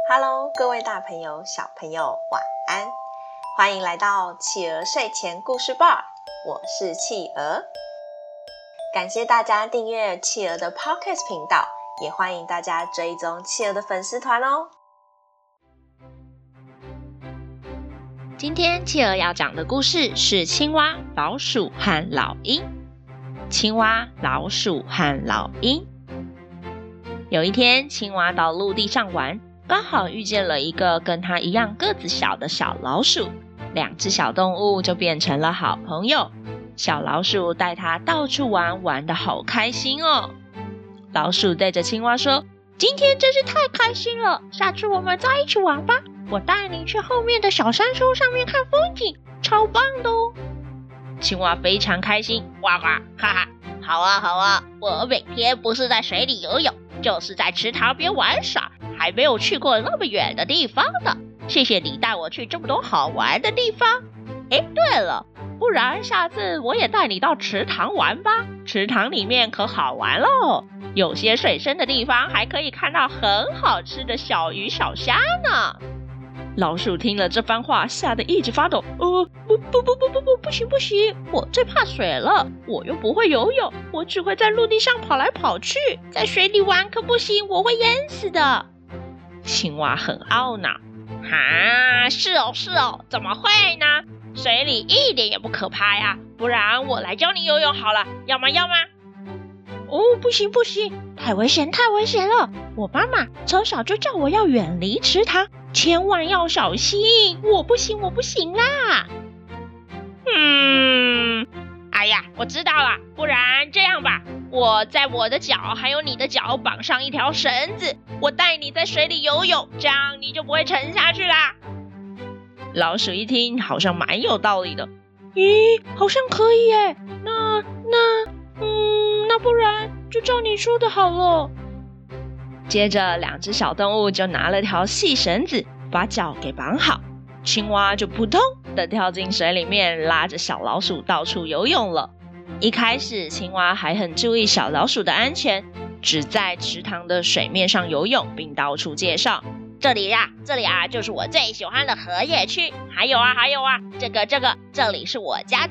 Hello， 各位大朋友、小朋友，晚安！欢迎来到企鹅睡前故事吧，我是企鹅。感谢大家订阅企鹅的 Podcast 频道，也欢迎大家追踪企鹅的粉丝团哦。 今天企鹅要讲的故事是青蛙、老鼠和老鹰。青蛙、老鼠和老鹰。有一天，青蛙到陆地上玩，刚好遇见了一个跟它一样个子小的小老鼠，两只小动物就变成了好朋友。小老鼠带它到处玩，玩得好开心哦。老鼠对着青蛙说：“今天真是太开心了，下次我们再一起玩吧，我带你去后面的小山丘上面看风景，超棒的哦。”青蛙非常开心，呱呱，哈哈，好啊好啊，我每天不是在水里游泳，就是在池塘边玩耍，还没有去过那么远的地方呢。谢谢你带我去这么多好玩的地方。诶，对了，不然下次我也带你到池塘玩吧，池塘里面可好玩咯，有些水深的地方还可以看到很好吃的小鱼小虾呢。老鼠听了这番话，吓得一直发抖。不行，我最怕水了，我又不会游泳，我只会在陆地上跑来跑去，在水里玩可不行，我会淹死的。青蛙很懊恼，是哦，怎么会呢？水里一点也不可怕呀，不然我来教你游泳好了，要吗？哦，不行，太危险了！我妈妈从小就叫我要远离池塘，千万要小心，我不行啦！哎呀，我知道了，不然这样吧，我在我的脚还有你的脚绑上一条绳子，我带你在水里游泳，这样你就不会沉下去啦。老鼠一听，好像蛮有道理的。咦，好像可以耶，那不然就照你说的好了。接着两只小动物就拿了条细绳子，把脚给绑好，青蛙就扑通的跳进水里面，拉着小老鼠到处游泳了。一开始青蛙还很注意小老鼠的安全，只在池塘的水面上游泳，并到处介绍，这里啊就是我最喜欢的荷叶区，还有啊这个这里是我家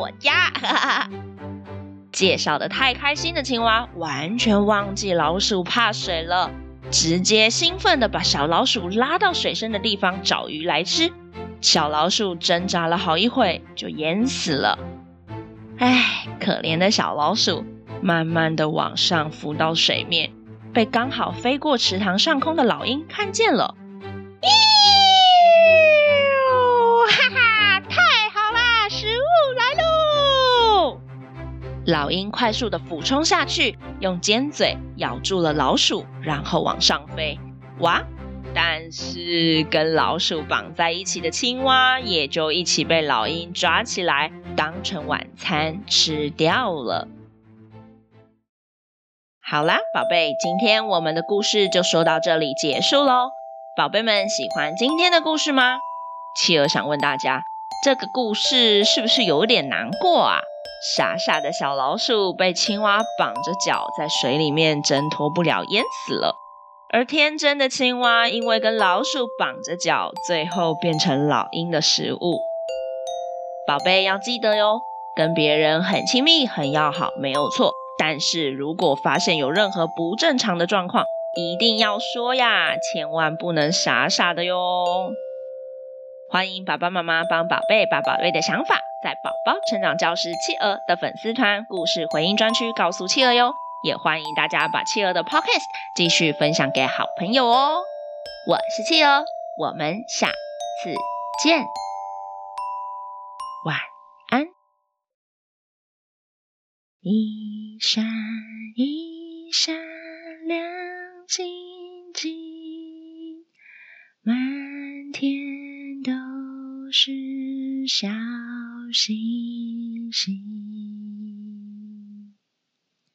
介绍的太开心的青蛙完全忘记老鼠怕水了，直接兴奋地把小老鼠拉到水深的地方找鱼来吃。小老鼠挣扎了好一会就淹死了。可怜的小老鼠慢慢地往上浮到水面，被刚好飞过池塘上空的老鹰看见了。哈哈，太好啦，食物来喽！老鹰快速地俯冲下去，用尖嘴咬住了老鼠，然后往上飞。哇！但是跟老鼠绑在一起的青蛙也就一起被老鹰抓起来，当成晚餐吃掉了。好啦，宝贝，今天我们的故事就说到这里结束咯。宝贝们喜欢今天的故事吗？企鹅想问大家，这个故事是不是有点难过啊？傻傻的小老鼠被青蛙绑着脚在水里面挣脱不了，淹死了。而天真的青蛙因为跟老鼠绑着脚，最后变成老鹰的食物。宝贝要记得哟，跟别人很亲密很要好没有错，但是如果发现有任何不正常的状况，一定要说呀，千万不能傻傻的哟。欢迎爸爸妈妈帮宝贝把宝贝的想法在宝宝成长教室企鹅的粉丝团故事回应专区告诉企鹅哟，也欢迎大家把企鹅的 Podcast 继续分享给好朋友哦。我是企鹅，我们下次见，晚安。一闪一闪亮晶晶，满天都是小星星。